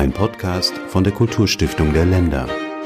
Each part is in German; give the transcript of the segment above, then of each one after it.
Ein Podcast von der Kulturstiftung der Länder.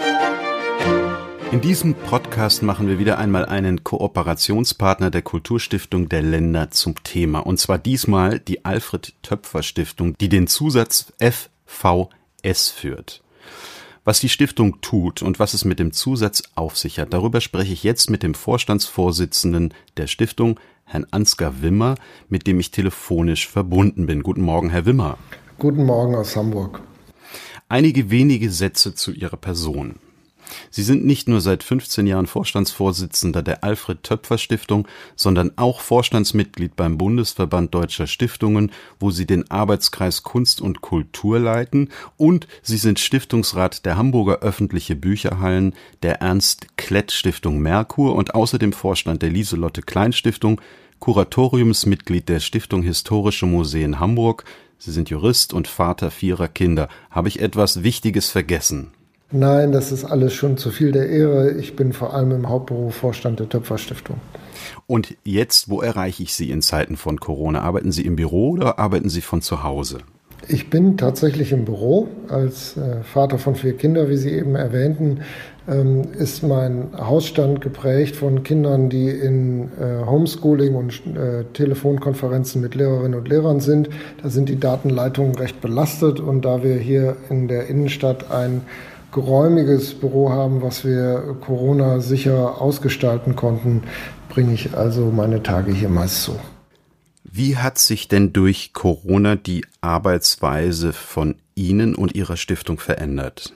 In diesem Podcast machen wir wieder einmal einen Kooperationspartner der Kulturstiftung der Länder zum Thema. Und zwar diesmal die Alfred-Töpfer-Stiftung, die den Zusatz FVS führt. Was die Stiftung tut und was es mit dem Zusatz auf sich hat, darüber spreche ich jetzt mit dem Vorstandsvorsitzenden der Stiftung, Herrn Ansgar Wimmer, mit dem ich telefonisch verbunden bin. Guten Morgen, Herr Wimmer. Guten Morgen aus Hamburg. Einige wenige Sätze zu Ihrer Person. Sie sind nicht nur seit 15 Jahren Vorstandsvorsitzender der Alfred-Töpfer-Stiftung, sondern auch Vorstandsmitglied beim Bundesverband Deutscher Stiftungen, wo Sie den Arbeitskreis Kunst und Kultur leiten, und Sie sind Stiftungsrat der Hamburger Öffentliche Bücherhallen, der Ernst-Klett-Stiftung Merkur und außerdem Vorstand der Lieselotte-Klein-Stiftung, Kuratoriumsmitglied der Stiftung Historische Museen Hamburg. Sie sind Jurist und Vater 4 Kinder. Habe ich etwas Wichtiges vergessen? Nein, das ist alles schon zu viel der Ehre. Ich bin vor allem im Hauptberuf Vorstand der Töpfer-Stiftung. Und jetzt, wo erreiche ich Sie in Zeiten von Corona? Arbeiten Sie im Büro oder arbeiten Sie von zu Hause? Ich bin tatsächlich im Büro. Als Vater von 4 Kindern, wie Sie eben erwähnten, ist mein Hausstand geprägt von Kindern, die in Homeschooling und Telefonkonferenzen mit Lehrerinnen und Lehrern sind. Da sind die Datenleitungen recht belastet, und da wir hier in der Innenstadt ein geräumiges Büro haben, was wir Corona-sicher ausgestalten konnten, bringe ich also meine Tage hier meist so. Wie hat sich denn durch Corona die Arbeitsweise von Ihnen und Ihrer Stiftung verändert?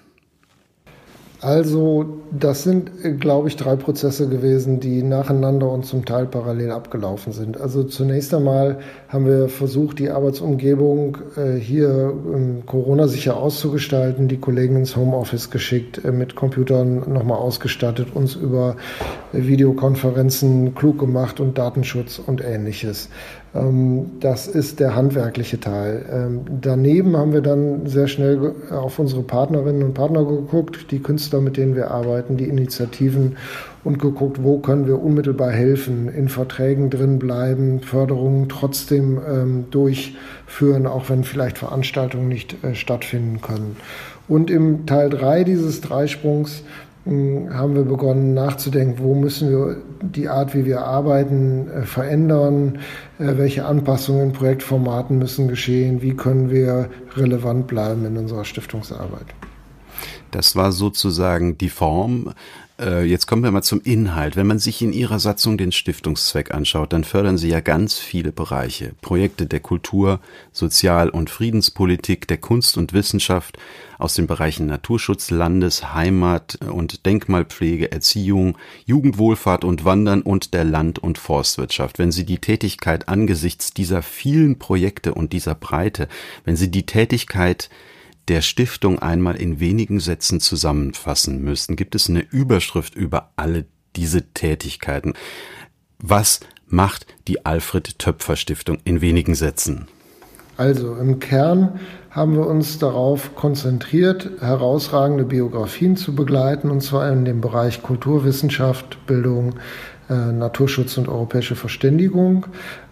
Also das sind, glaube ich, 3 Prozesse gewesen, die nacheinander und zum Teil parallel abgelaufen sind. Also zunächst einmal haben wir versucht, die Arbeitsumgebung hier Corona-sicher auszugestalten, die Kollegen ins Homeoffice geschickt, mit Computern nochmal ausgestattet, uns über Videokonferenzen klug gemacht und Datenschutz und Ähnliches. Das ist der handwerkliche Teil. Daneben haben wir dann sehr schnell auf unsere Partnerinnen und Partner geguckt, die Künstler, mit denen wir arbeiten, die Initiativen, und geguckt, wo können wir unmittelbar helfen, in Verträgen drin bleiben, Förderungen trotzdem durchführen, auch wenn vielleicht Veranstaltungen nicht stattfinden können. Und im Teil 3 dieses Dreisprungs haben wir begonnen nachzudenken, wo müssen wir die Art, wie wir arbeiten, verändern, welche Anpassungen in Projektformaten müssen geschehen, wie können wir relevant bleiben in unserer Stiftungsarbeit. Das war sozusagen die Form. Jetzt kommen wir mal zum Inhalt. Wenn man sich in Ihrer Satzung den Stiftungszweck anschaut, dann fördern Sie ja ganz viele Bereiche. Projekte der Kultur, Sozial- und Friedenspolitik, der Kunst und Wissenschaft, aus den Bereichen Naturschutz, Landes-, Heimat- und Denkmalpflege, Erziehung, Jugendwohlfahrt und Wandern und der Land- und Forstwirtschaft. Wenn Sie die Tätigkeit angesichts dieser vielen Projekte und dieser Breite, wenn Sie die Tätigkeit der Stiftung einmal in wenigen Sätzen zusammenfassen müssten, gibt es eine Überschrift über alle diese Tätigkeiten. Was macht die Alfred-Töpfer-Stiftung in wenigen Sätzen? Also im Kern haben wir uns darauf konzentriert, herausragende Biografien zu begleiten, und zwar in dem Bereich Kulturwissenschaft, Bildung, Naturschutz und europäische Verständigung.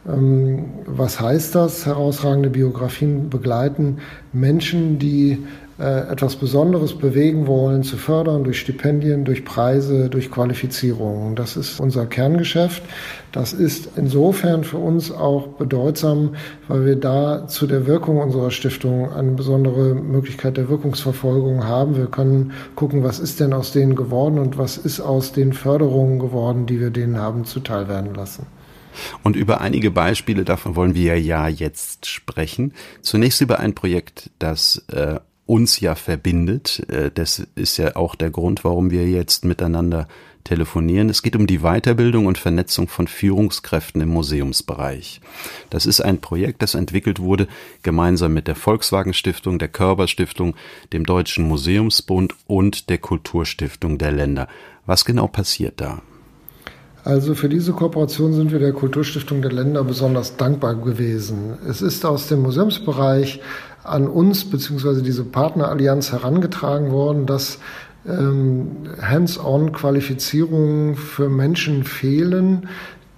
Was heißt das? Herausragende Biografien begleiten Menschen, die etwas Besonderes bewegen wollen, zu fördern durch Stipendien, durch Preise, durch Qualifizierungen. Das ist unser Kerngeschäft. Das ist insofern für uns auch bedeutsam, weil wir da zu der Wirkung unserer Stiftung eine besondere Möglichkeit der Wirkungsverfolgung haben. Wir können gucken, was ist denn aus denen geworden und was ist aus den Förderungen geworden, die wir denen haben zuteil werden lassen. Und über einige Beispiele davon wollen wir ja jetzt sprechen. Zunächst über ein Projekt, das uns ja verbindet. Das ist ja auch der Grund, warum wir jetzt miteinander telefonieren. Es geht um die Weiterbildung und Vernetzung von Führungskräften im Museumsbereich. Das ist ein Projekt, das entwickelt wurde gemeinsam mit der Volkswagen Stiftung, der Körber Stiftung, dem Deutschen Museumsbund und der Kulturstiftung der Länder. Was genau passiert da? Also für diese Kooperation sind wir der Kulturstiftung der Länder besonders dankbar gewesen. Es ist aus dem Museumsbereich an uns bzw. diese Partnerallianz herangetragen worden, dass Hands-on-Qualifizierungen für Menschen fehlen,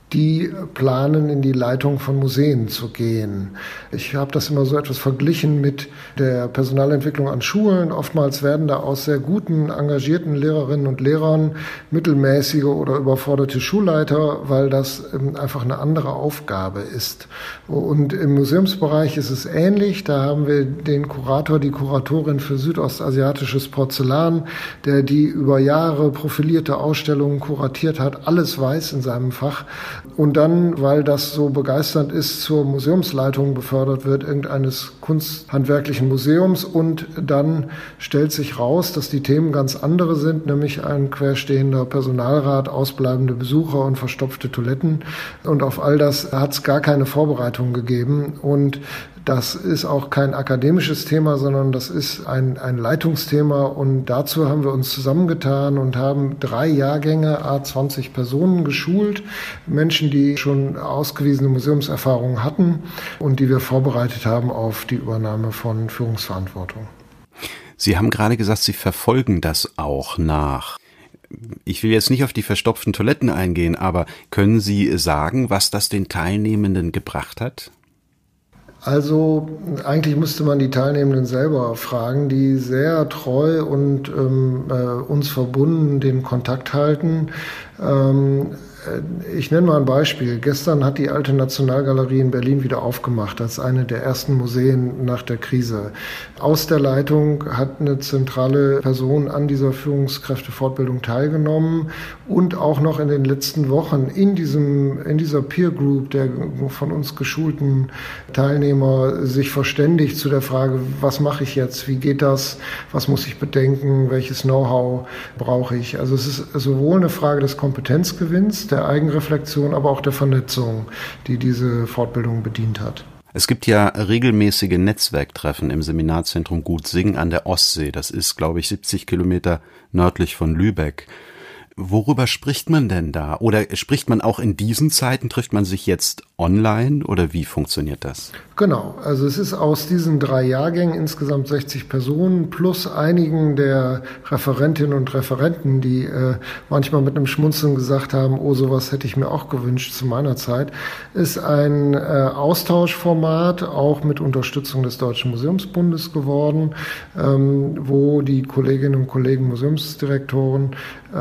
die planen, in die Leitung von Museen zu gehen. Ich habe das immer so etwas verglichen mit der Personalentwicklung an Schulen. Oftmals werden da aus sehr guten, engagierten Lehrerinnen und Lehrern mittelmäßige oder überforderte Schulleiter, weil das einfach eine andere Aufgabe ist. Und im Museumsbereich ist es ähnlich. Da haben wir den Kurator, die Kuratorin für südostasiatisches Porzellan, der die über Jahre profilierte Ausstellungen kuratiert hat, alles weiß in seinem Fach. Und dann, weil das so begeisternd ist, zur Museumsleitung befördert wird, irgendeines kunsthandwerklichen Museums. Und dann stellt sich raus, dass die Themen ganz andere sind, nämlich ein querstehender Personalrat, ausbleibende Besucher und verstopfte Toiletten. Und auf all das hat es gar keine Vorbereitung gegeben. Und das ist auch kein akademisches Thema, sondern das ist ein Leitungsthema. Und dazu haben wir uns zusammengetan und haben 3 Jahrgänge, 20 Personen geschult. Menschen, die schon ausgewiesene Museumserfahrung hatten und die wir vorbereitet haben auf die Übernahme von Führungsverantwortung. Sie haben gerade gesagt, Sie verfolgen das auch nach. Ich will jetzt nicht auf die verstopften Toiletten eingehen, aber können Sie sagen, was das den Teilnehmenden gebracht hat? Also eigentlich müsste man die Teilnehmenden selber fragen, die sehr treu und uns verbunden den Kontakt halten. Ich nenne mal ein Beispiel. Gestern hat die Alte Nationalgalerie in Berlin wieder aufgemacht, als eine der ersten Museen nach der Krise. Aus der Leitung hat eine zentrale Person an dieser Führungskräftefortbildung teilgenommen und auch noch in den letzten Wochen in dieser Peer Group der von uns geschulten Teilnehmer sich verständigt zu der Frage, was mache ich jetzt, wie geht das, was muss ich bedenken, welches Know-how brauche ich. Also es ist sowohl eine Frage des Kompetenzgewinns, der Eigenreflexion, aber auch der Vernetzung, die diese Fortbildung bedient hat. Es gibt ja regelmäßige Netzwerktreffen im Seminarzentrum Gut Sing an der Ostsee. Das ist, glaube ich, 70 Kilometer nördlich von Lübeck. Worüber spricht man denn da? Oder spricht man auch in diesen Zeiten, trifft man sich jetzt online oder wie funktioniert das? Genau, also es ist aus diesen 3 Jahrgängen insgesamt 60 Personen plus einigen der Referentinnen und Referenten, die manchmal mit einem Schmunzeln gesagt haben, oh, sowas hätte ich mir auch gewünscht zu meiner Zeit, ist ein Austauschformat, auch mit Unterstützung des Deutschen Museumsbundes geworden, wo die Kolleginnen und Kollegen Museumsdirektoren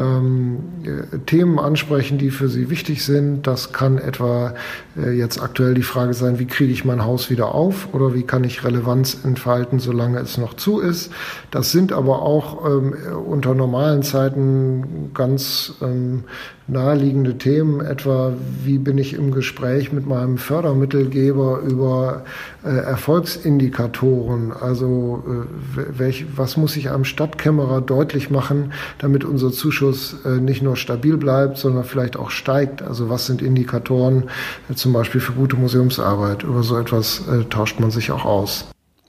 Themen ansprechen, die für sie wichtig sind. Das kann etwa jetzt aktuell die Frage sein, wie kriege ich mein Haus wieder auf oder wie kann ich Relevanz entfalten, solange es noch zu ist. Das sind aber auch unter normalen Zeiten ganz naheliegende Themen, etwa wie bin ich im Gespräch mit meinem Fördermittelgeber über Erfolgsindikatoren, also was muss ich einem Stadtkämmerer deutlich machen, damit unser Zuschuss nicht nur stabil bleibt, sondern vielleicht auch steigt. Also was sind Indikatoren zum Beispiel für gute Museumsarbeit? Über so etwas tauscht man sich auch aus.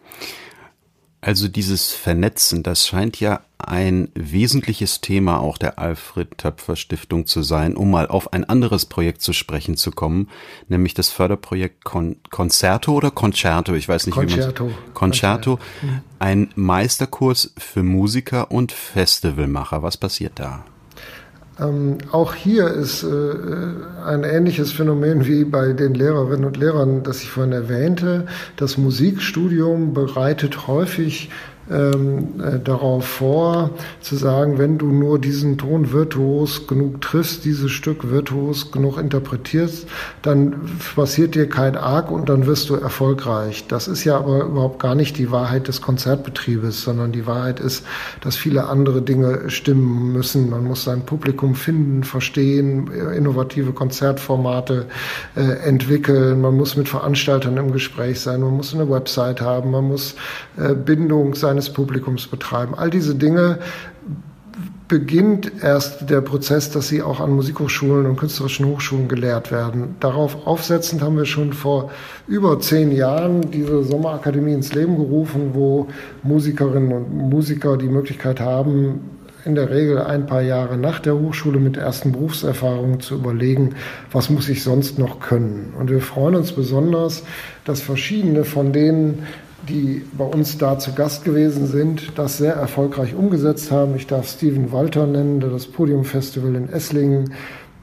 Also dieses Vernetzen, das scheint ja ein wesentliches Thema auch der Alfred-Töpfer-Stiftung zu sein, um mal auf ein anderes Projekt zu sprechen zu kommen, nämlich das Förderprojekt Concerto oder Concerto, ich weiß nicht, Concerto. Wie man Concerto, ein Meisterkurs für Musiker und Festivalmacher. Was passiert da? Auch hier ist ein ähnliches Phänomen wie bei den Lehrerinnen und Lehrern, das ich vorhin erwähnte. Das Musikstudium bereitet häufig darauf vor, zu sagen, wenn du nur diesen Ton virtuos genug triffst, dieses Stück virtuos genug interpretierst, dann passiert dir kein Arg und dann wirst du erfolgreich. Das ist ja aber überhaupt gar nicht die Wahrheit des Konzertbetriebes, sondern die Wahrheit ist, dass viele andere Dinge stimmen müssen. Man muss sein Publikum finden, verstehen, innovative Konzertformate entwickeln, man muss mit Veranstaltern im Gespräch sein, man muss eine Website haben, man muss Bindung seines Publikums betreiben. All diese Dinge beginnt erst der Prozess, dass sie auch an Musikhochschulen und künstlerischen Hochschulen gelehrt werden. Darauf aufsetzend haben wir schon vor über 10 Jahren diese Sommerakademie ins Leben gerufen, wo Musikerinnen und Musiker die Möglichkeit haben, in der Regel ein paar Jahre nach der Hochschule mit ersten Berufserfahrungen zu überlegen, was muss ich sonst noch können. Und wir freuen uns besonders, dass verschiedene von denen, die bei uns da zu Gast gewesen sind, das sehr erfolgreich umgesetzt haben. Ich darf Steven Walter nennen, der das Podium Festival in Esslingen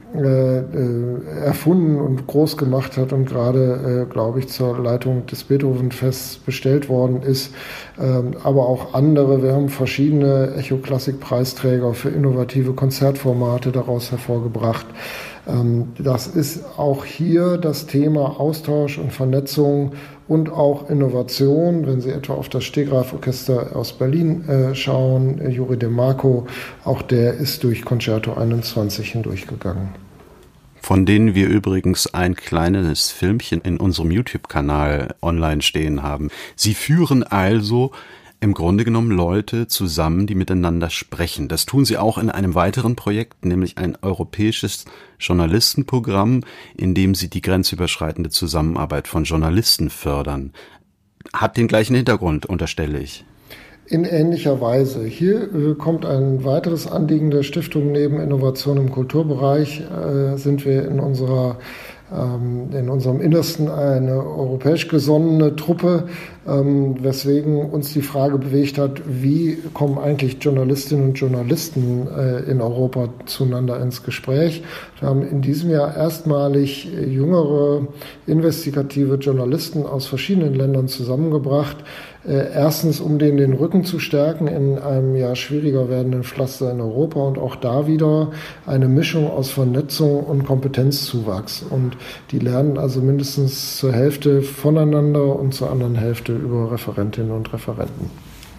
erfunden und groß gemacht hat und gerade, glaube ich, zur Leitung des Beethoven-Fests bestellt worden ist, aber auch andere. Wir haben verschiedene Echo-Klassik-Preisträger für innovative Konzertformate daraus hervorgebracht. Das ist auch hier das Thema Austausch und Vernetzung und auch Innovation. Wenn Sie etwa auf das Stegreif-Orchester aus Berlin schauen, Juri DeMarco, auch der ist durch Concerto 21 hindurchgegangen. Von denen wir übrigens ein kleines Filmchen in unserem YouTube-Kanal online stehen haben. Sie führen also im Grunde genommen Leute zusammen, die miteinander sprechen. Das tun sie auch in einem weiteren Projekt, nämlich ein europäisches Journalistenprogramm, in dem sie die grenzüberschreitende Zusammenarbeit von Journalisten fördern. Hat den gleichen Hintergrund, unterstelle ich. In ähnlicher Weise. Hier kommt ein weiteres Anliegen der Stiftung. Neben Innovation im Kulturbereich sind wir in unserem Innersten eine europäisch gesonnene Truppe, weswegen uns die Frage bewegt hat, wie kommen eigentlich Journalistinnen und Journalisten in Europa zueinander ins Gespräch. Wir haben in diesem Jahr erstmalig jüngere investigative Journalisten aus verschiedenen Ländern zusammengebracht. Erstens, um denen den Rücken zu stärken in einem ja schwieriger werdenden Pflaster in Europa und auch da wieder eine Mischung aus Vernetzung und Kompetenzzuwachs. Und die lernen also mindestens zur Hälfte voneinander und zur anderen Hälfte über Referentinnen und Referenten.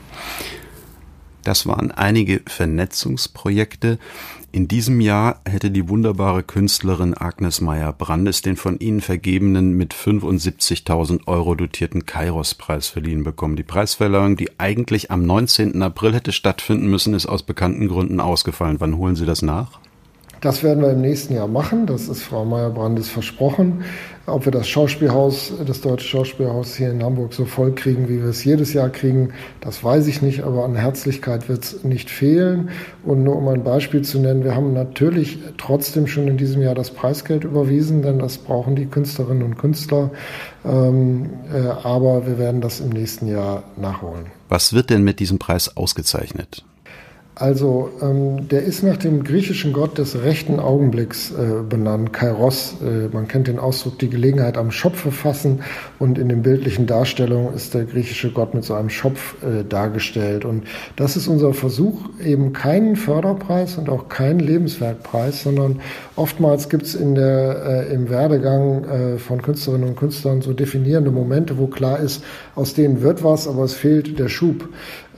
Das waren einige Vernetzungsprojekte. In diesem Jahr hätte die wunderbare Künstlerin Agnes Meyer-Brandes den von Ihnen vergebenen mit 75.000 € dotierten Kairos-Preis verliehen bekommen. Die Preisverleihung, die eigentlich am 19. April hätte stattfinden müssen, ist aus bekannten Gründen ausgefallen. Wann holen Sie das nach? Das werden wir im nächsten Jahr machen. Das ist Frau Meyer-Brandes versprochen. Ob wir das Schauspielhaus, das Deutsche Schauspielhaus hier in Hamburg so voll kriegen, wie wir es jedes Jahr kriegen, das weiß ich nicht, aber an Herzlichkeit wird es nicht fehlen. Und nur um ein Beispiel zu nennen, wir haben natürlich trotzdem schon in diesem Jahr das Preisgeld überwiesen, denn das brauchen die Künstlerinnen und Künstler. Aber wir werden das im nächsten Jahr nachholen. Was wird denn mit diesem Preis ausgezeichnet? Also der ist nach dem griechischen Gott des rechten Augenblicks benannt, Kairos. Man kennt den Ausdruck, die Gelegenheit am Schopfe fassen, und in den bildlichen Darstellungen ist der griechische Gott mit so einem Schopf dargestellt. Und das ist unser Versuch, eben keinen Förderpreis und auch keinen Lebenswerkpreis, sondern oftmals gibt es im Werdegang von Künstlerinnen und Künstlern so definierende Momente, wo klar ist, aus denen wird was, aber es fehlt der Schub.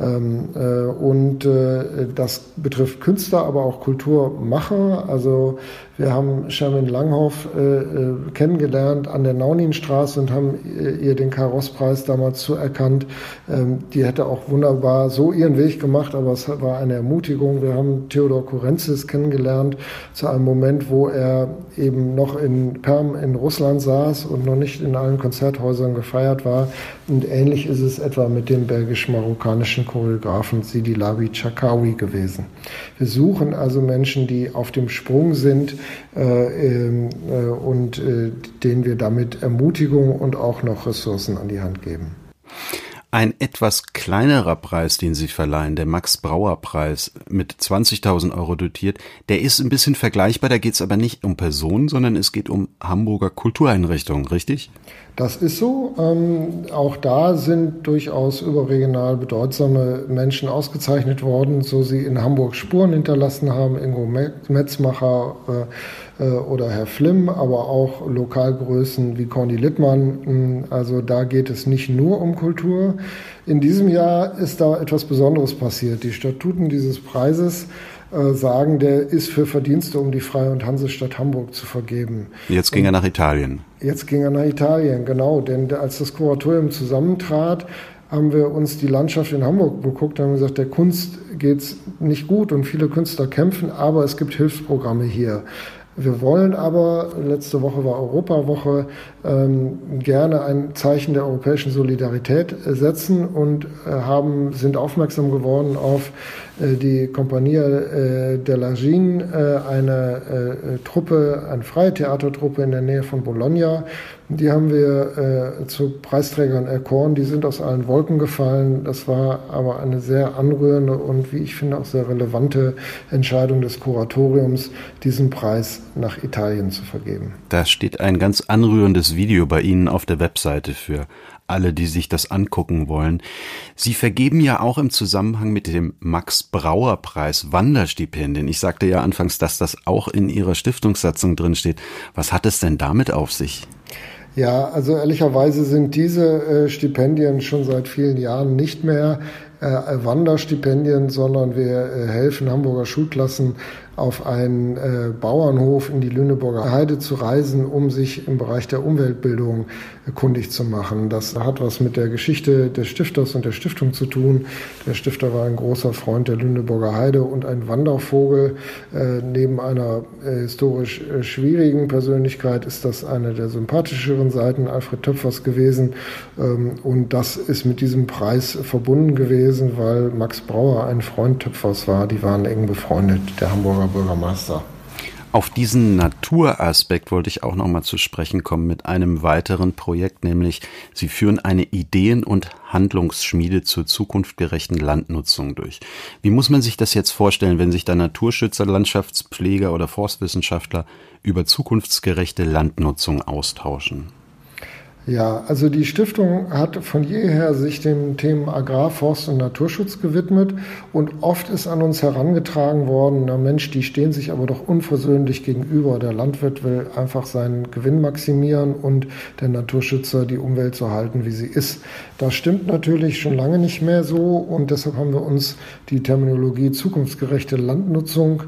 Das betrifft Künstler, aber auch Kulturmacher. Also wir haben Shermin Langhoff kennengelernt an der Nauninstraße und haben ihr den Kairos-Preis damals zuerkannt. Die hätte auch wunderbar so ihren Weg gemacht, aber es war eine Ermutigung. Wir haben Theodor Kurenzis kennengelernt zu einem Moment, wo er eben noch in Perm in Russland saß und noch nicht in allen Konzerthäusern gefeiert war. Und ähnlich ist es etwa mit dem belgisch-marokkanischen Choreografen Sidi Labi Chakawi gewesen. Wir suchen also Menschen, die auf dem Sprung sind und denen wir damit Ermutigung und auch noch Ressourcen an die Hand geben. Ein etwas kleinerer Preis, den Sie verleihen, der Max-Brauer-Preis mit 20.000 € dotiert, der ist ein bisschen vergleichbar. Da geht es aber nicht um Personen, sondern es geht um Hamburger Kultureinrichtungen, richtig? Das ist so. Auch da sind durchaus überregional bedeutsame Menschen ausgezeichnet worden, so sie in Hamburg Spuren hinterlassen haben. Ingo Metzmacher oder Herr Flimm, aber auch Lokalgrößen wie Corny Littmann. Also da geht es nicht nur um Kultur. In diesem Jahr ist da etwas Besonderes passiert. Die Statuten dieses Preises sagen, der ist für Verdienste um die Freie- und Hansestadt Hamburg zu vergeben. Jetzt ging er nach Italien. Jetzt ging er nach Italien, genau. Denn als das Kuratorium zusammentrat, haben wir uns die Landschaft in Hamburg geguckt und haben gesagt, der Kunst geht's nicht gut und viele Künstler kämpfen, aber es gibt Hilfsprogramme hier. Wir wollen aber, letzte Woche war Europawoche, gerne ein Zeichen der europäischen Solidarität setzen und sind aufmerksam geworden auf die Compagnia dell'Argine, eine freie Theatertruppe in der Nähe von Bologna. Die haben wir zu Preisträgern erkoren. Die sind aus allen Wolken gefallen. Das war aber eine sehr anrührende und, wie ich finde, auch sehr relevante Entscheidung des Kuratoriums, diesen Preis nach Italien zu vergeben. Da steht ein ganz anrührendes Video bei Ihnen auf der Webseite für alle, die sich das angucken wollen. Sie vergeben ja auch im Zusammenhang mit dem Max-Brauer-Preis Wanderstipendien. Ich sagte ja anfangs, dass das auch in Ihrer Stiftungssatzung drin steht. Was hat es denn damit auf sich? Ja, also ehrlicherweise sind diese Stipendien schon seit vielen Jahren nicht mehr Wanderstipendien, sondern wir helfen Hamburger Schulklassen auf einen Bauernhof in die Lüneburger Heide zu reisen, um sich im Bereich der Umweltbildung kundig zu machen. Das hat was mit der Geschichte des Stifters und der Stiftung zu tun. Der Stifter war ein großer Freund der Lüneburger Heide und ein Wandervogel. Neben einer historisch schwierigen Persönlichkeit ist das eine der sympathischeren Seiten Alfred Töpfers gewesen. Und das ist mit diesem Preis verbunden gewesen, weil Max Brauer ein Freund Töpfers war. Die waren eng befreundet, der Hamburger Bürgermeister. Auf diesen Naturaspekt wollte ich auch noch mal zu sprechen kommen mit einem weiteren Projekt, nämlich Sie führen eine Ideen- und Handlungsschmiede zur zukunftsgerechten Landnutzung durch. Wie muss man sich das jetzt vorstellen, wenn sich da Naturschützer, Landschaftspfleger oder Forstwissenschaftler über zukunftsgerechte Landnutzung austauschen? Ja, also die Stiftung hat von jeher sich den Themen Agrar-, Forst- und Naturschutz gewidmet und oft ist an uns herangetragen worden, na Mensch, die stehen sich aber doch unversöhnlich gegenüber. Der Landwirt will einfach seinen Gewinn maximieren und der Naturschützer die Umwelt so halten, wie sie ist. Das stimmt natürlich schon lange nicht mehr so und deshalb haben wir uns die Terminologie zukunftsgerechte Landnutzung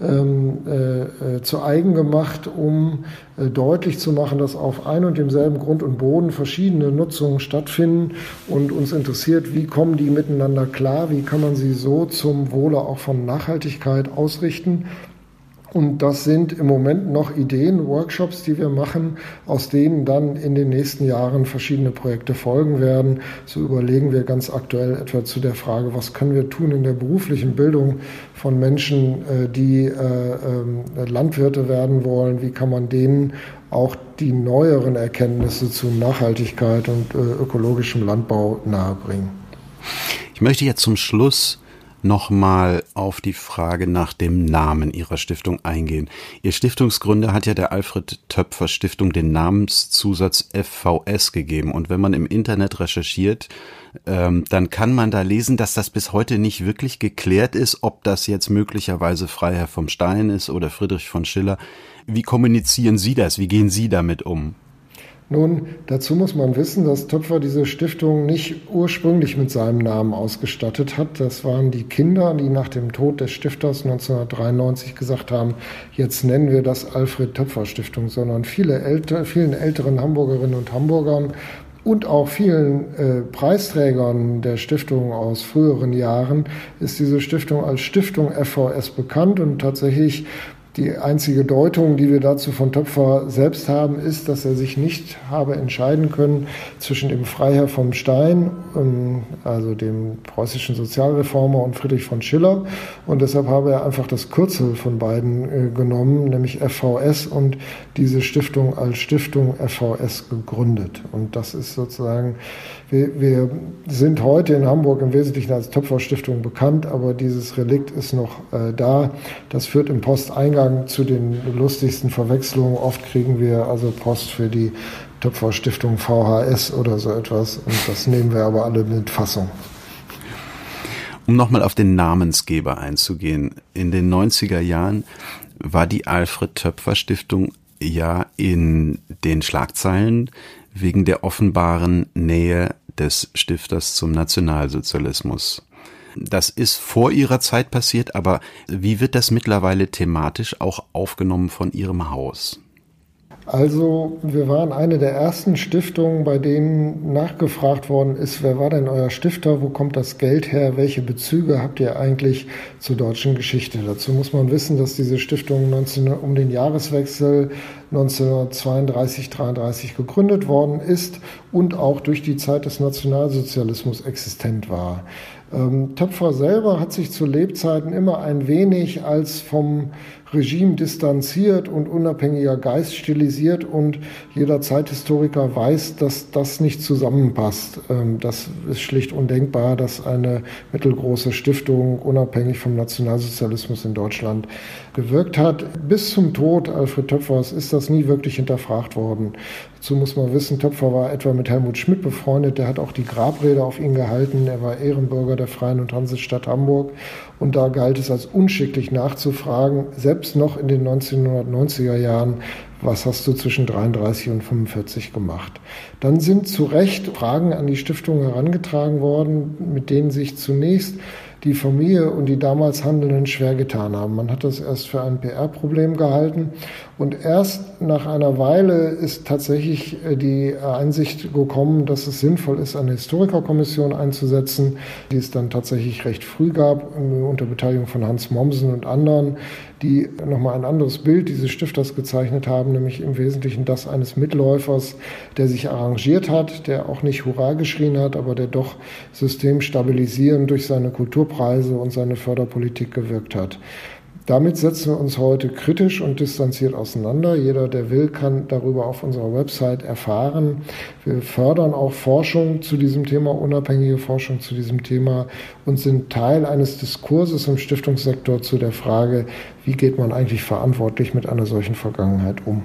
zu eigen gemacht, um deutlich zu machen, dass auf ein und demselben Grund und Boden verschiedene Nutzungen stattfinden und uns interessiert, wie kommen die miteinander klar, wie kann man sie so zum Wohle auch von Nachhaltigkeit ausrichten. Und das sind im Moment noch Ideen, Workshops, die wir machen, aus denen dann in den nächsten Jahren verschiedene Projekte folgen werden. So überlegen wir ganz aktuell etwa zu der Frage, was können wir tun in der beruflichen Bildung von Menschen, die Landwirte werden wollen. Wie kann man denen auch die neueren Erkenntnisse zu Nachhaltigkeit und ökologischem Landbau nahebringen? Ich möchte jetzt zum Schluss nochmal auf die Frage nach dem Namen Ihrer Stiftung eingehen. Ihr Stiftungsgründer hat ja der Alfred Töpfer Stiftung den Namenszusatz FVS gegeben. Und wenn man im Internet recherchiert, dann kann man da lesen, dass das bis heute nicht wirklich geklärt ist, ob das jetzt möglicherweise Freiherr vom Stein ist oder Friedrich von Schiller. Wie kommunizieren Sie das? Wie gehen Sie damit um? Nun, dazu muss man wissen, dass Töpfer diese Stiftung nicht ursprünglich mit seinem Namen ausgestattet hat. Das waren die Kinder, die nach dem Tod des Stifters 1993 gesagt haben, jetzt nennen wir das Alfred-Töpfer-Stiftung, sondern vielen älteren Hamburgerinnen und Hamburgern und auch vielen Preisträgern der Stiftung aus früheren Jahren ist diese Stiftung als Stiftung FVS bekannt und tatsächlich die einzige Deutung, die wir dazu von Töpfer selbst haben, ist, dass er sich nicht habe entscheiden können zwischen dem Freiherr vom Stein, also dem preußischen Sozialreformer, und Friedrich von Schiller. Und deshalb habe er einfach das Kürzel von beiden genommen, nämlich FVS, und diese Stiftung als Stiftung FVS gegründet. Und das ist sozusagen, wir sind heute in Hamburg im Wesentlichen als Töpfer-Stiftung bekannt, aber dieses Relikt ist noch da. Das führt im Posteingang zu den lustigsten Verwechslungen. Oft kriegen wir also Post für die Töpfer-Stiftung VHS oder so etwas. Und das nehmen wir aber alle mit Fassung. Um nochmal auf den Namensgeber einzugehen. In den 90er Jahren war die Alfred-Töpfer-Stiftung ja in den Schlagzeilen wegen der offenbaren Nähe des Stifters zum Nationalsozialismus. Das ist vor Ihrer Zeit passiert, aber wie wird das mittlerweile thematisch auch aufgenommen von Ihrem Haus? Also wir waren eine der ersten Stiftungen, bei denen nachgefragt worden ist, wer war denn euer Stifter, wo kommt das Geld her, welche Bezüge habt ihr eigentlich zur deutschen Geschichte? Dazu muss man wissen, dass diese Stiftung um den Jahreswechsel 1932, 33 gegründet worden ist und auch durch die Zeit des Nationalsozialismus existent war. Töpfer selber hat sich zu Lebzeiten immer ein wenig als vom Regime distanziert und unabhängiger Geist stilisiert, und jeder Zeithistoriker weiß, dass das nicht zusammenpasst. Das ist schlicht undenkbar, dass eine mittelgroße Stiftung unabhängig vom Nationalsozialismus in Deutschland gewirkt hat. Bis zum Tod Alfred Töpfers ist das nie wirklich hinterfragt worden. Dazu muss man wissen, Töpfer war etwa mit Helmut Schmidt befreundet, der hat auch die Grabrede auf ihn gehalten, er war Ehrenbürger der Freien und Hansestadt Hamburg, und da galt es als unschicklich nachzufragen, selbst noch in den 1990er Jahren, was hast du zwischen 33 und 45 gemacht? Dann sind zu Recht Fragen an die Stiftung herangetragen worden, mit denen sich zunächst die Familie und die damals Handelnden schwer getan haben. Man hat das erst für ein PR-Problem gehalten, und erst nach einer Weile ist tatsächlich die Einsicht gekommen, dass es sinnvoll ist, eine Historikerkommission einzusetzen, die es dann tatsächlich recht früh gab, unter Beteiligung von Hans Mommsen und anderen, die nochmal ein anderes Bild dieses Stifters gezeichnet haben, nämlich im Wesentlichen das eines Mitläufers, der sich arrangiert hat, der auch nicht Hurra geschrien hat, aber der doch systemstabilisierend durch seine Kulturpreise und seine Förderpolitik gewirkt hat. Damit setzen wir uns heute kritisch und distanziert auseinander. Jeder, der will, kann darüber auf unserer Website erfahren. Wir fördern auch Forschung zu diesem Thema, unabhängige Forschung zu diesem Thema, und sind Teil eines Diskurses im Stiftungssektor zu der Frage, wie geht man eigentlich verantwortlich mit einer solchen Vergangenheit um.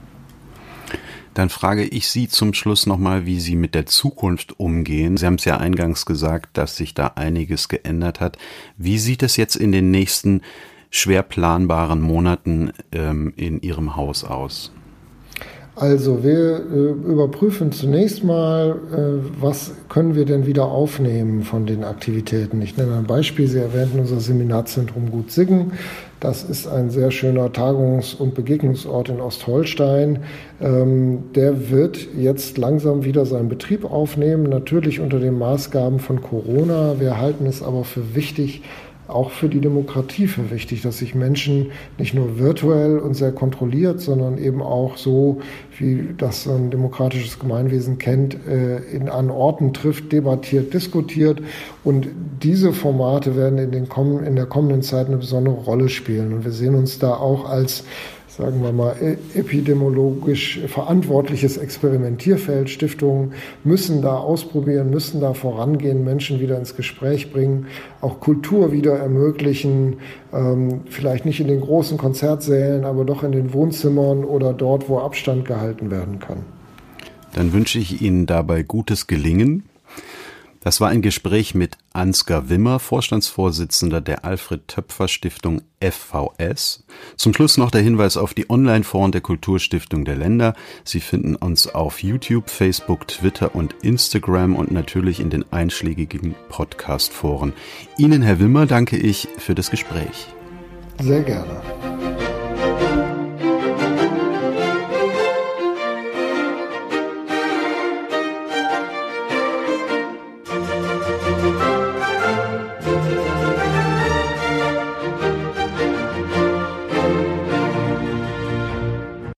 Dann frage ich Sie zum Schluss nochmal, wie Sie mit der Zukunft umgehen. Sie haben es ja eingangs gesagt, dass sich da einiges geändert hat. Wie sieht es jetzt in den nächsten schwer planbaren Monaten in Ihrem Haus aus? Also wir überprüfen zunächst mal, was können wir denn wieder aufnehmen von den Aktivitäten. Ich nenne ein Beispiel. Sie erwähnten unser Seminarzentrum Gut Siggen. Das ist ein sehr schöner Tagungs- und Begegnungsort in Ostholstein. Der wird jetzt langsam wieder seinen Betrieb aufnehmen, natürlich unter den Maßgaben von Corona. Wir halten es aber für wichtig, auch für die Demokratie für wichtig, dass sich Menschen nicht nur virtuell und sehr kontrolliert, sondern eben auch so, wie das ein demokratisches Gemeinwesen kennt, an Orten trifft, debattiert, diskutiert. Und diese Formate werden in der kommenden Zeit eine besondere Rolle spielen. Und wir sehen uns da auch als, sagen wir mal, epidemiologisch verantwortliches Experimentierfeld. Stiftungen müssen da ausprobieren, müssen da vorangehen, Menschen wieder ins Gespräch bringen, auch Kultur wieder ermöglichen, vielleicht nicht in den großen Konzertsälen, aber doch in den Wohnzimmern oder dort, wo Abstand gehalten werden kann. Dann wünsche ich Ihnen dabei gutes Gelingen. Das war ein Gespräch mit Ansgar Wimmer, Vorstandsvorsitzender der Alfred-Töpfer-Stiftung FVS. Zum Schluss noch der Hinweis auf die Online-Foren der Kulturstiftung der Länder. Sie finden uns auf YouTube, Facebook, Twitter und Instagram und natürlich in den einschlägigen Podcast-Foren. Ihnen, Herr Wimmer, danke ich für das Gespräch. Sehr gerne.